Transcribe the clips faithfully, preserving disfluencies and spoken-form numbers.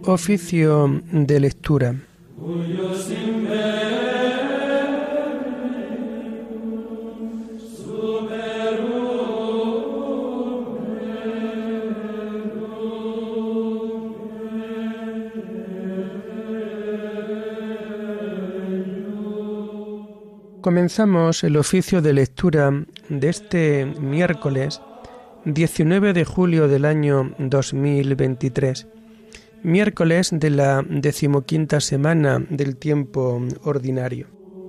Oficio de lectura. Comenzamos el oficio de lectura de este miércoles diecinueve de julio del año dos mil veintitrés, miércoles de la decimoquinta semana del tiempo ordinario.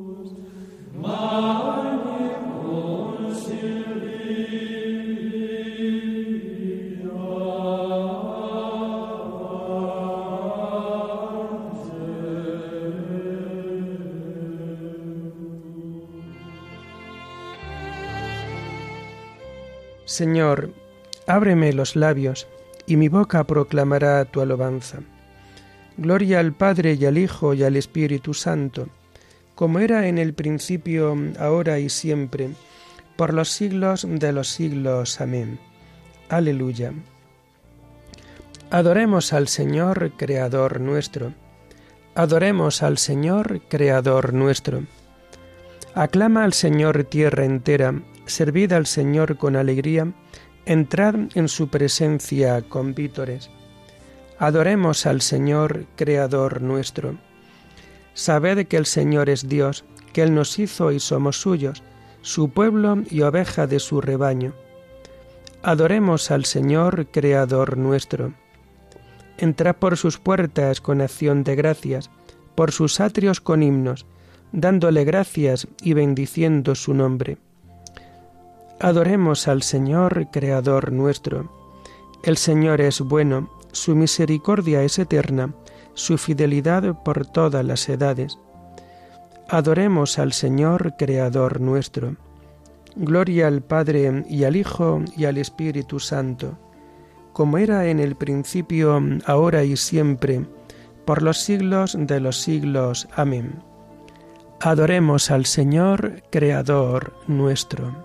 Señor, ábreme los labios, y mi boca proclamará tu alabanza. Gloria al Padre y al Hijo y al Espíritu Santo, como era en el principio, ahora y siempre, por los siglos de los siglos. Amén. Aleluya. Adoremos al Señor, Creador nuestro. Adoremos al Señor, Creador nuestro. Aclama al Señor tierra entera, servid al Señor con alegría, entrad en su presencia con vítores. Adoremos al Señor, Creador nuestro. Sabed que el Señor es Dios, que Él nos hizo y somos suyos, su pueblo y oveja de su rebaño. Adoremos al Señor, Creador nuestro. Entrad por sus puertas con acción de gracias, por sus atrios con himnos, dándole gracias y bendiciendo su nombre. Adoremos al Señor, Creador nuestro. El Señor es bueno, su misericordia es eterna, su fidelidad por todas las edades. Adoremos al Señor, Creador nuestro. Gloria al Padre y al Hijo y al Espíritu Santo, como era en el principio, ahora y siempre, por los siglos de los siglos. Amén. Adoremos al Señor, Creador nuestro.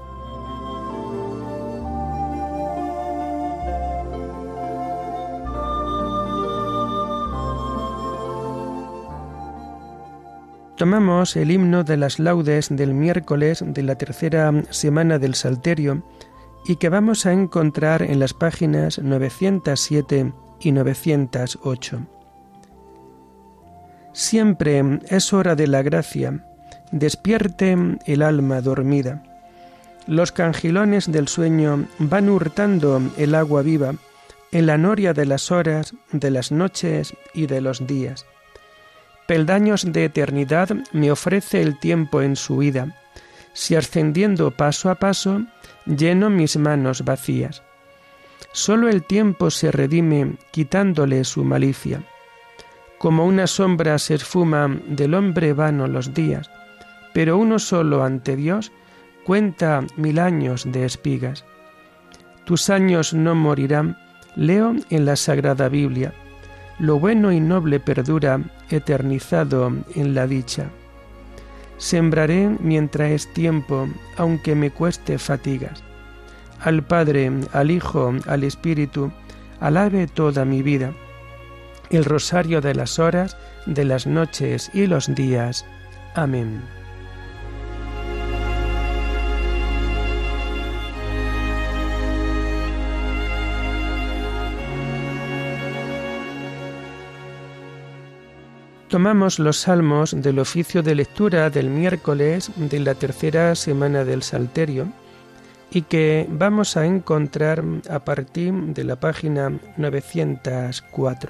Tomamos el himno de las laudes del miércoles de la tercera semana del Salterio y que vamos a encontrar en las páginas novecientos siete y novecientos ocho. Siempre es hora de la gracia, despierte el alma dormida. Los cangilones del sueño van hurtando el agua viva en la noria de las horas, de las noches y de los días. Peldaños de eternidad me ofrece el tiempo en su ida, si ascendiendo paso a paso, lleno mis manos vacías. Solo el tiempo se redime quitándole su malicia. Como una sombra se esfuma del hombre vano los días, pero uno solo ante Dios cuenta mil años de espigas. Tus años no morirán, leo en la Sagrada Biblia. Lo bueno y noble perdura, eternizado en la dicha. Sembraré mientras es tiempo, aunque me cueste fatigas. Al Padre, al Hijo, al Espíritu, alabe toda mi vida. El rosario de las horas, de las noches y los días. Amén. Tomamos los salmos del oficio de lectura del miércoles de la tercera semana del Salterio y que vamos a encontrar a partir de la página novecientos cuatro.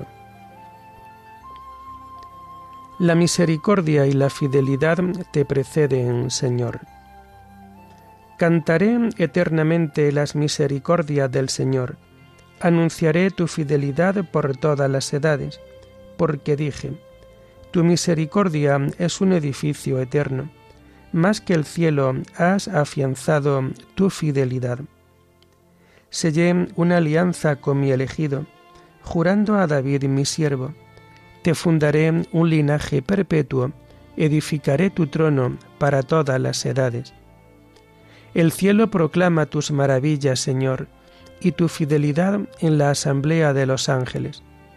La misericordia y la fidelidad te preceden, Señor. Cantaré eternamente las misericordias del Señor. Anunciaré tu fidelidad por todas las edades, porque dije: tu misericordia es un edificio eterno. Más que el cielo has afianzado tu fidelidad. Sellé una alianza con mi elegido, jurando a David mi siervo. Te fundaré un linaje perpetuo, edificaré tu trono para todas las edades. El cielo proclama tus maravillas, Señor, y tu fidelidad en la asamblea de los ángeles.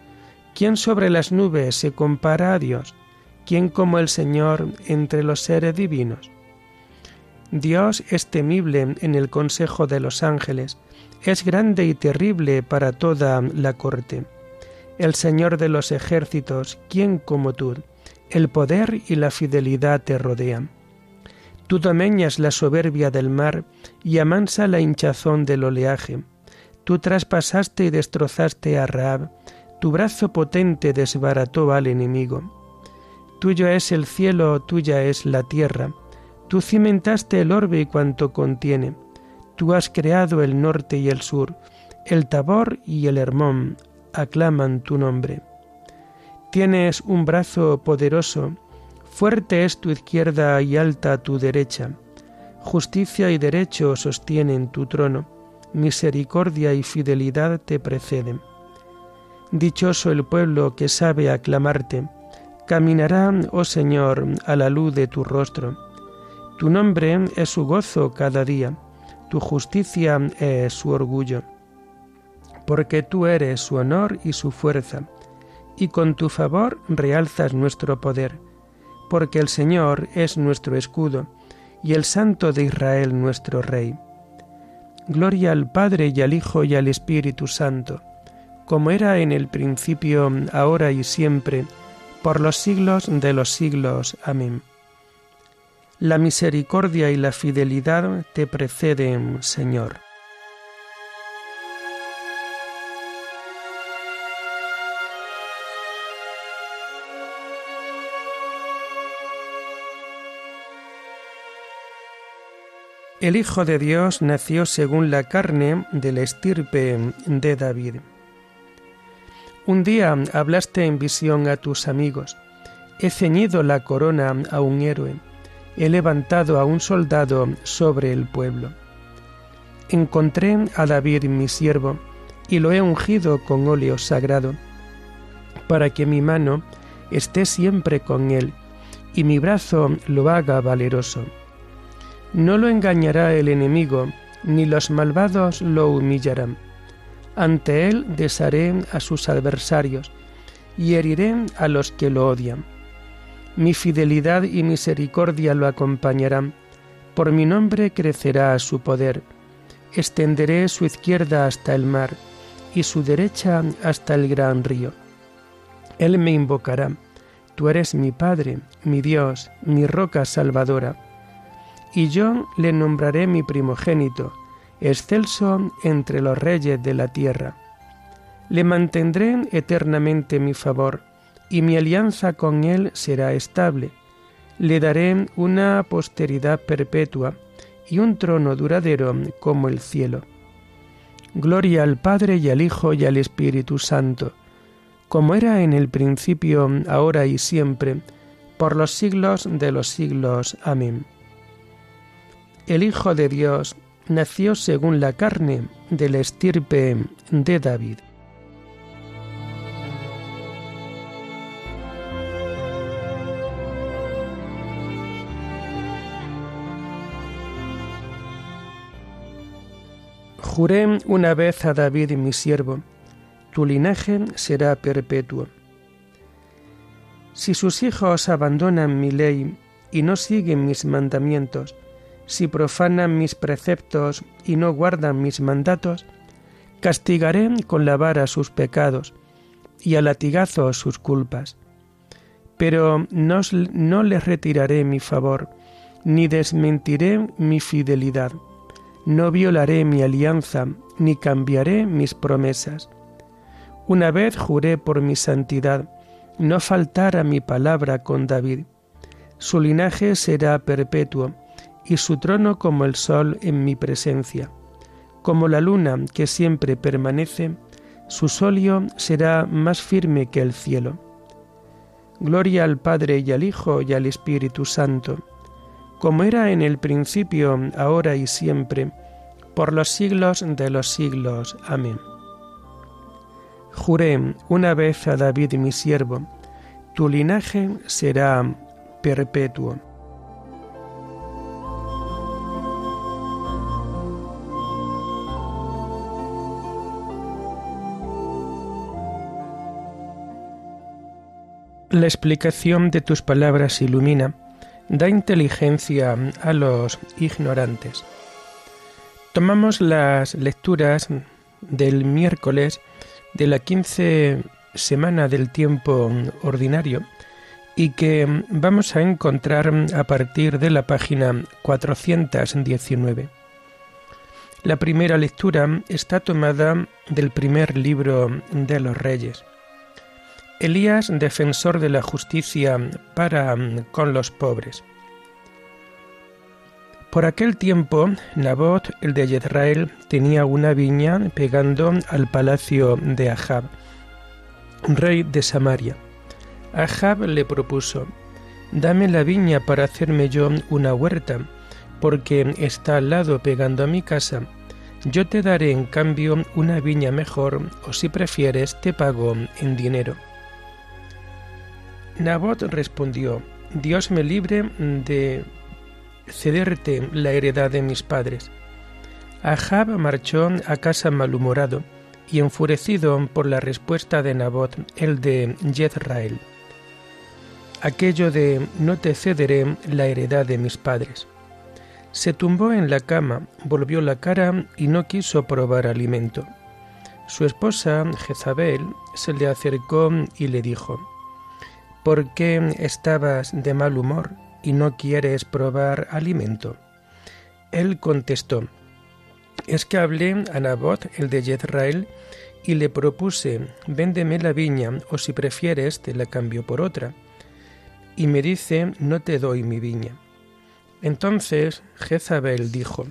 ¿Quién sobre las nubes se compara a Dios? ¿Quién como el Señor entre los seres divinos? Dios es temible en el consejo de los ángeles, es grande y terrible para toda la corte. El Señor de los ejércitos, ¿quién como tú? El poder y la fidelidad te rodean. Tú domeñas la soberbia del mar y amansa la hinchazón del oleaje. Tú traspasaste y destrozaste a Rahab, tu brazo potente desbarató al enemigo. Tuyo es el cielo, tuya es la tierra. Tú cimentaste el orbe y cuanto contiene. Tú has creado el norte y el sur. El Tabor y el Hermón aclaman tu nombre. Tienes un brazo poderoso, fuerte es tu izquierda y alta tu derecha. Justicia y derecho sostienen tu trono. Misericordia y fidelidad te preceden. Dichoso el pueblo que sabe aclamarte. Caminará, oh Señor, a la luz de tu rostro. Tu nombre es su gozo cada día, tu justicia es su orgullo. Porque tú eres su honor y su fuerza, y con tu favor realzas nuestro poder. Porque el Señor es nuestro escudo, y el Santo de Israel nuestro Rey. Gloria al Padre y al Hijo y al Espíritu Santo, como era en el principio, ahora y siempre, por los siglos de los siglos. Amén. La misericordia y la fidelidad te preceden, Señor. El Hijo de Dios nació según la carne de la estirpe de David. Un día hablaste en visión a tus amigos. He ceñido la corona a un héroe. He levantado a un soldado sobre el pueblo. Encontré a David mi siervo, y lo he ungido con óleo sagrado, para que mi mano esté siempre con él, y mi brazo lo haga valeroso. No lo engañará el enemigo, ni los malvados lo humillarán. Ante él desharé a sus adversarios, y heriré a los que lo odian. Mi fidelidad y misericordia lo acompañarán, por mi nombre crecerá su poder. Extenderé su izquierda hasta el mar, y su derecha hasta el gran río. Él me invocará, tú eres mi Padre, mi Dios, mi roca salvadora. Y yo le nombraré mi primogénito, excelso entre los reyes de la tierra. Le mantendré eternamente mi favor, y mi alianza con él será estable. Le daré una posteridad perpetua y un trono duradero como el cielo. Gloria al Padre y al Hijo y al Espíritu Santo, como era en el principio, ahora y siempre, por los siglos de los siglos. Amén. El Hijo de Dios nació según la carne de la estirpe de David. Juré una vez a David mi siervo, tu linaje será perpetuo. Si sus hijos abandonan mi ley y no siguen mis mandamientos, si profanan mis preceptos y no guardan mis mandatos, castigaré con la vara sus pecados y a latigazos sus culpas. Pero no, no les retiraré mi favor, ni desmentiré mi fidelidad. No violaré mi alianza, ni cambiaré mis promesas. Una vez juré por mi santidad, no faltar a mi palabra con David. Su linaje será perpetuo, y su trono como el sol en mi presencia. Como la luna que siempre permanece, su solio será más firme que el cielo. Gloria al Padre y al Hijo y al Espíritu Santo, como era en el principio, ahora y siempre, por los siglos de los siglos. Amén. Juré una vez a David mi siervo, tu linaje será perpetuo. La explicación de tus palabras ilumina, da inteligencia a los ignorantes. Tomamos las lecturas del miércoles de la quince semana del tiempo ordinario y que vamos a encontrar a partir de la página cuatrocientos diecinueve. La primera lectura está tomada del primer libro de los Reyes. Elías, defensor de la justicia para con los pobres. Por aquel tiempo, Nabot, el de Jezreel, tenía una viña pegando al palacio de Ahab, rey de Samaria. Ahab le propuso: «Dame la viña para hacerme yo una huerta, porque está al lado pegando a mi casa. Yo te daré en cambio una viña mejor, o si prefieres te pago en dinero». Nabot respondió: «Dios me libre de cederte la heredad de mis padres». Ahab marchó a casa malhumorado y enfurecido por la respuesta de Nabot, el de Jezreel. Aquello de «no te cederé la heredad de mis padres». Se tumbó en la cama, volvió la cara y no quiso probar alimento. Su esposa, Jezabel, se le acercó y le dijo: «¿Por qué estabas de mal humor y no quieres probar alimento?». Él contestó: «Es que hablé a Nabot, el de Jezreel, y le propuse: véndeme la viña, o si prefieres te la cambio por otra. Y me dice: no te doy mi viña». Entonces Jezabel dijo: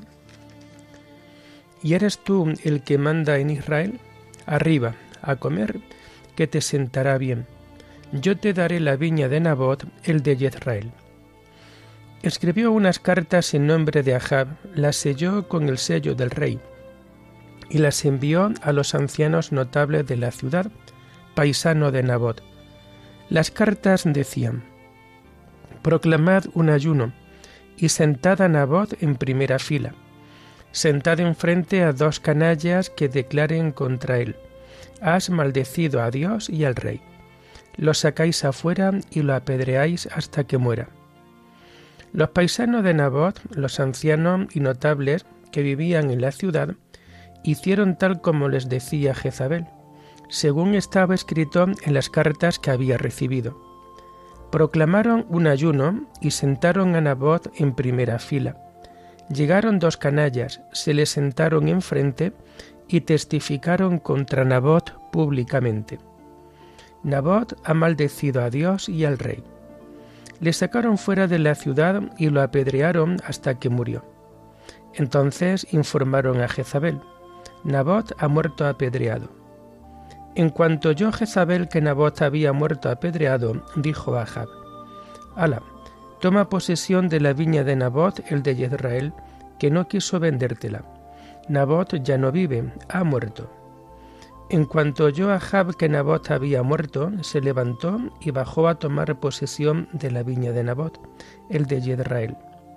«¿Y eres tú el que manda en Israel? Arriba, a comer, que te sentará bien. Yo te daré la viña de Nabot, el de Jezreel». Escribió unas cartas en nombre de Ahab, las selló con el sello del rey y las envió a los ancianos notables de la ciudad, paisano de Nabot. Las cartas decían: «Proclamad un ayuno y sentad a Nabot en primera fila. Sentad enfrente a dos canallas que declaren contra él: has maldecido a Dios y al rey. Lo sacáis afuera y lo apedreáis hasta que muera». Los paisanos de Nabot, los ancianos y notables que vivían en la ciudad, hicieron tal como les decía Jezabel, según estaba escrito en las cartas que había recibido. Proclamaron un ayuno y sentaron a Nabot en primera fila. Llegaron dos canallas, se le sentaron enfrente y testificaron contra Nabot públicamente: «Nabot ha maldecido a Dios y al rey». Le sacaron fuera de la ciudad y lo apedrearon hasta que murió. Entonces informaron a Jezabel: «Nabot ha muerto apedreado». En cuanto oyó Jezabel que Nabot había muerto apedreado, dijo a Ahab: «Hala, toma posesión de la viña de Nabot, el de Jezreel, que no quiso vendértela. Nabot ya no vive, ha muerto». En cuanto oyó Ahab que Nabot había muerto, se levantó y bajó a tomar posesión de la viña de Nabot, el de Jezreel.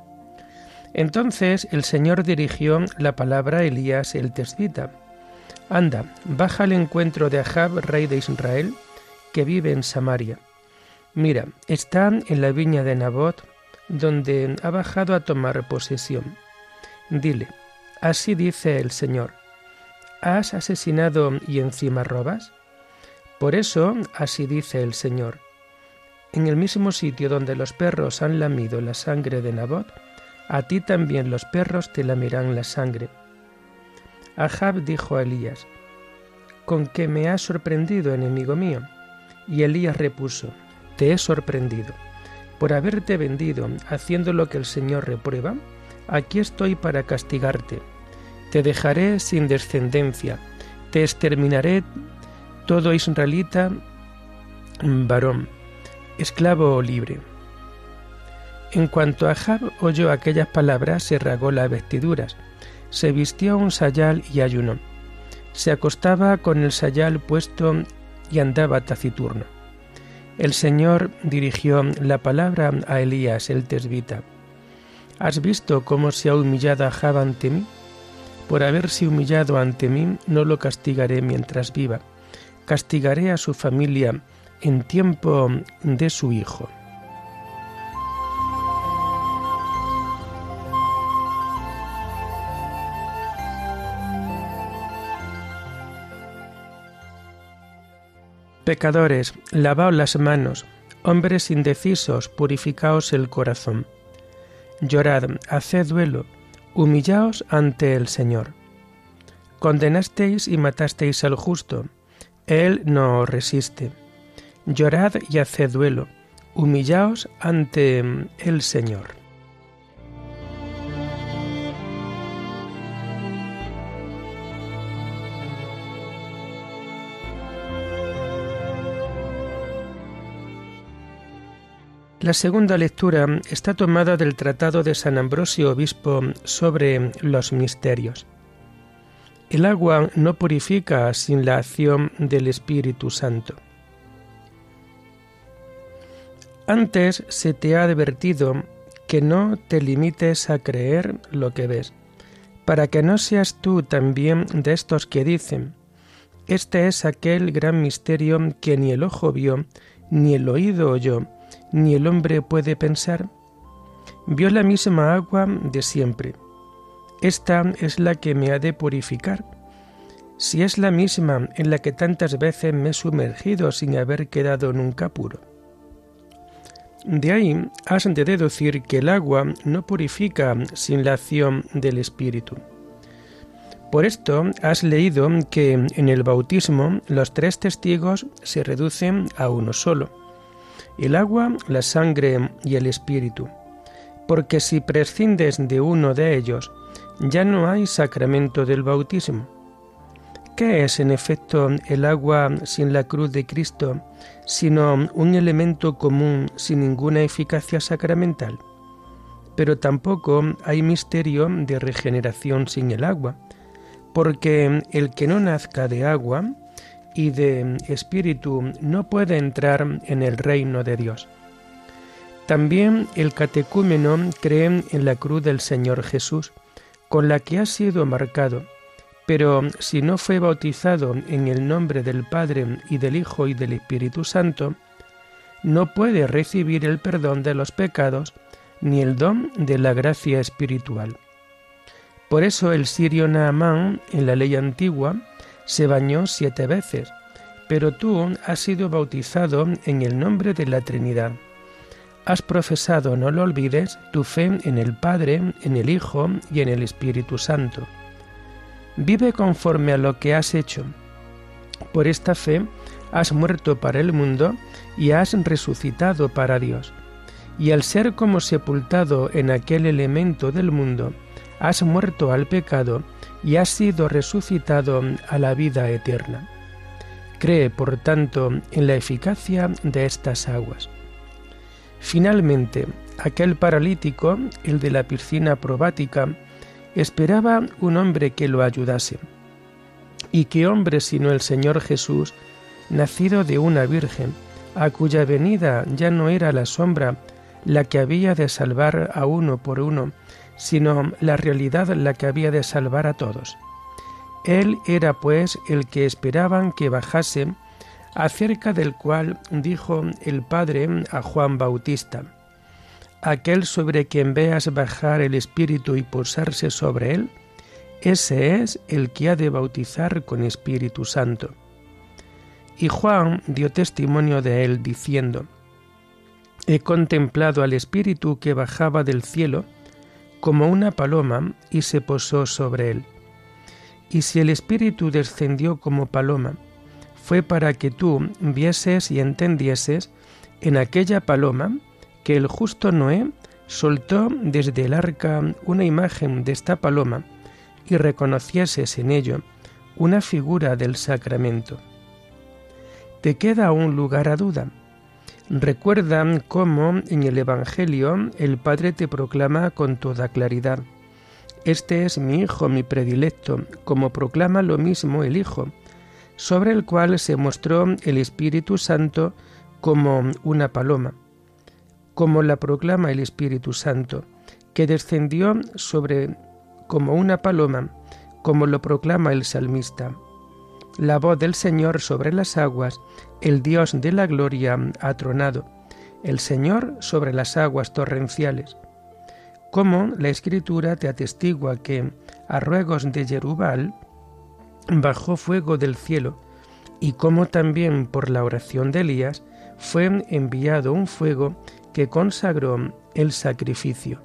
Entonces el Señor dirigió la palabra a Elías el tesbita: «Anda, baja al encuentro de Ahab, rey de Israel, que vive en Samaria. Mira, está en la viña de Nabot, donde ha bajado a tomar posesión. Dile: así dice el Señor: ¿has asesinado y encima robas? Por eso, así dice el Señor: en el mismo sitio donde los perros han lamido la sangre de Nabot, a ti también los perros te lamerán la sangre». Ahab dijo a Elías: «¿Con qué me has sorprendido, enemigo mío?». Y Elías repuso: «Te he sorprendido. Por haberte vendido, haciendo lo que el Señor reprueba, aquí estoy para castigarte. Te dejaré sin descendencia, te exterminaré todo israelita, varón, esclavo o libre». En cuanto Ahab oyó aquellas palabras, se rasgó las vestiduras, se vistió un sayal y ayunó. Se acostaba con el sayal puesto y andaba taciturno. El Señor dirigió la palabra a Elías el tesbita: «¿Has visto cómo se ha humillado Ahab ante mí? Por haberse humillado ante mí, no lo castigaré mientras viva. Castigaré a su familia en tiempo de su Hijo. Pecadores, lavaos las manos, hombres indecisos, purificaos el corazón. Llorad, haced duelo, humillaos ante el Señor. Condenasteis y matasteis al justo, Él no os resiste. Llorad y haced duelo, humillaos ante el Señor. La segunda lectura está tomada del Tratado de San Ambrosio Obispo sobre los misterios. El agua no purifica sin la acción del Espíritu Santo. Antes se te ha advertido que no te limites a creer lo que ves, para que no seas tú también de estos que dicen: este es aquel gran misterio que ni el ojo vio, ni el oído oyó, ni el hombre puede pensar. Vio la misma agua de siempre. Esta es la que me ha de purificar. Si es la misma en la que tantas veces me he sumergido sin haber quedado nunca puro. De ahí has de deducir que el agua no purifica sin la acción del Espíritu. Por esto has leído que en el bautismo los tres testigos se reducen a uno solo: el agua, la sangre y el Espíritu, porque si prescindes de uno de ellos, ya no hay sacramento del bautismo. ¿Qué es, en efecto, el agua sin la cruz de Cristo, sino un elemento común sin ninguna eficacia sacramental? Pero tampoco hay misterio de regeneración sin el agua, porque el que no nazca de agua y de Espíritu no puede entrar en el reino de Dios. También el catecúmeno cree en la cruz del Señor Jesús, con la que ha sido marcado, pero si no fue bautizado en el nombre del Padre y del Hijo y del Espíritu Santo, no puede recibir el perdón de los pecados ni el don de la gracia espiritual. Por eso el sirio Naamán, en la ley antigua, se bañó siete veces, pero tú has sido bautizado en el nombre de la Trinidad. Has profesado, no lo olvides, tu fe en el Padre, en el Hijo y en el Espíritu Santo. Vive conforme a lo que has hecho. Por esta fe has muerto para el mundo y has resucitado para Dios. Y al ser como sepultado en aquel elemento del mundo, has muerto al pecado y has sido resucitado a la vida eterna. Cree, por tanto, en la eficacia de estas aguas. Finalmente, aquel paralítico, el de la piscina probática, esperaba un hombre que lo ayudase. ¿Y qué hombre sino el Señor Jesús, nacido de una virgen, a cuya venida ya no era la sombra la que había de salvar a uno por uno, sino la realidad la que había de salvar a todos? Él era, pues, el que esperaban que bajase, acerca del cual dijo el Padre a Juan Bautista: aquel sobre quien veas bajar el Espíritu y posarse sobre él, ese es el que ha de bautizar con Espíritu Santo. Y Juan dio testimonio de él, diciendo: he contemplado al Espíritu que bajaba del cielo como una paloma y se posó sobre él. Y si el Espíritu descendió como paloma, fue para que tú vieses y entendieses en aquella paloma que el justo Noé soltó desde el arca una imagen de esta paloma y reconocieses en ello una figura del sacramento. ¿Te queda aún lugar a duda? Recuerda cómo en el Evangelio el Padre te proclama con toda claridad: este es mi Hijo, mi predilecto, como proclama lo mismo el Hijo, sobre el cual se mostró el Espíritu Santo como una paloma, como la proclama el Espíritu Santo, que descendió sobre como una paloma, como lo proclama el salmista. la voz del Señor sobre las aguas, el Dios de la gloria ha tronado, el Señor sobre las aguas torrenciales. Como la Escritura te atestigua que, a ruegos de Jerubbaal, bajó fuego del cielo, y como también por la oración de Elías fue enviado un fuego que consagró el sacrificio.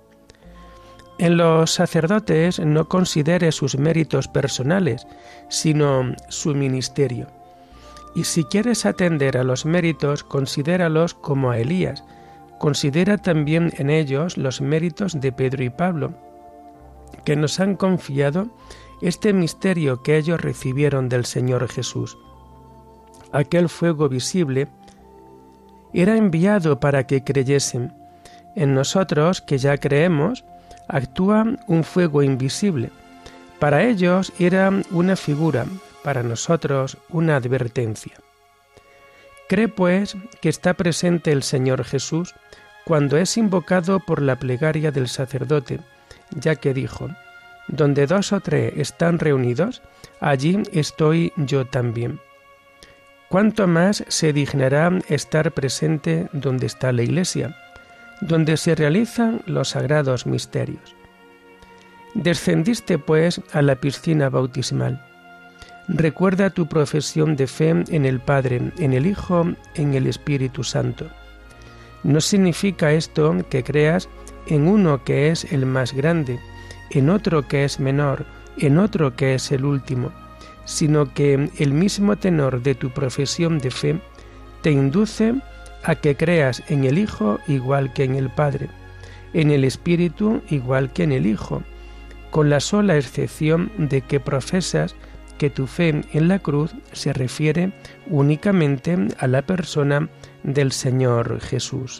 En los sacerdotes no considere sus méritos personales, sino su ministerio. Y si quieres atender a los méritos, considéralos como a Elías. Considera también en ellos los méritos de Pedro y Pablo, que nos han confiado este misterio que ellos recibieron del Señor Jesús. Aquel fuego visible era enviado para que creyesen. En nosotros, que ya creemos, actúa un fuego invisible. Para ellos era una figura, para nosotros una advertencia. Cree, pues, que está presente el Señor Jesús cuando es invocado por la plegaria del sacerdote, ya que dijo: «Donde dos o tres están reunidos, allí estoy yo también». ¿Cuánto más se dignará estar presente donde está la Iglesia, donde se realizan los sagrados misterios? Descendiste, pues, a la piscina bautismal. Recuerda tu profesión de fe en el Padre, en el Hijo, en el Espíritu Santo. No significa esto que creas en uno que es el más grande, en otro que es menor, en otro que es el último, sino que el mismo tenor de tu profesión de fe te induce a que creas en el Hijo igual que en el Padre, en el Espíritu igual que en el Hijo, con la sola excepción de que profesas que tu fe en la cruz se refiere únicamente a la persona del Señor Jesús.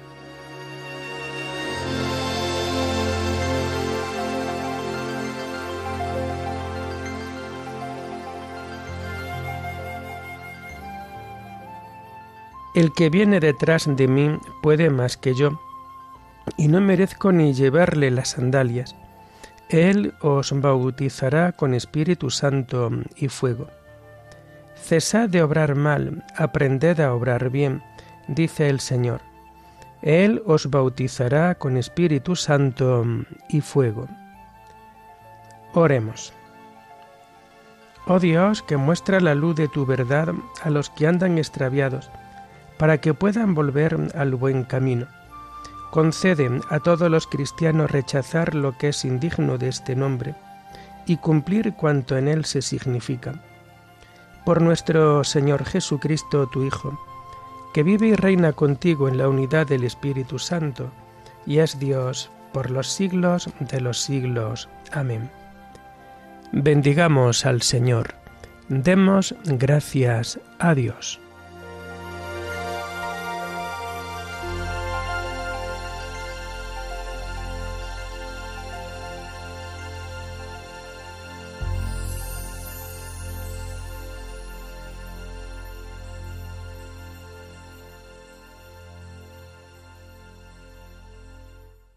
El que viene detrás de mí puede más que yo, y no merezco ni llevarle las sandalias. Él os bautizará con Espíritu Santo y fuego. Cesad de obrar mal, aprended a obrar bien, dice el Señor. Él os bautizará con Espíritu Santo y fuego. Oremos. Oh Dios, que muestra la luz de tu verdad a los que andan extraviados, para que puedan volver al buen camino. Concede a todos los cristianos rechazar lo que es indigno de este nombre y cumplir cuanto en él se significa. Por nuestro Señor Jesucristo, tu Hijo, que vive y reina contigo en la unidad del Espíritu Santo, y es Dios por los siglos de los siglos. Amén. Bendigamos al Señor. Demos gracias a Dios.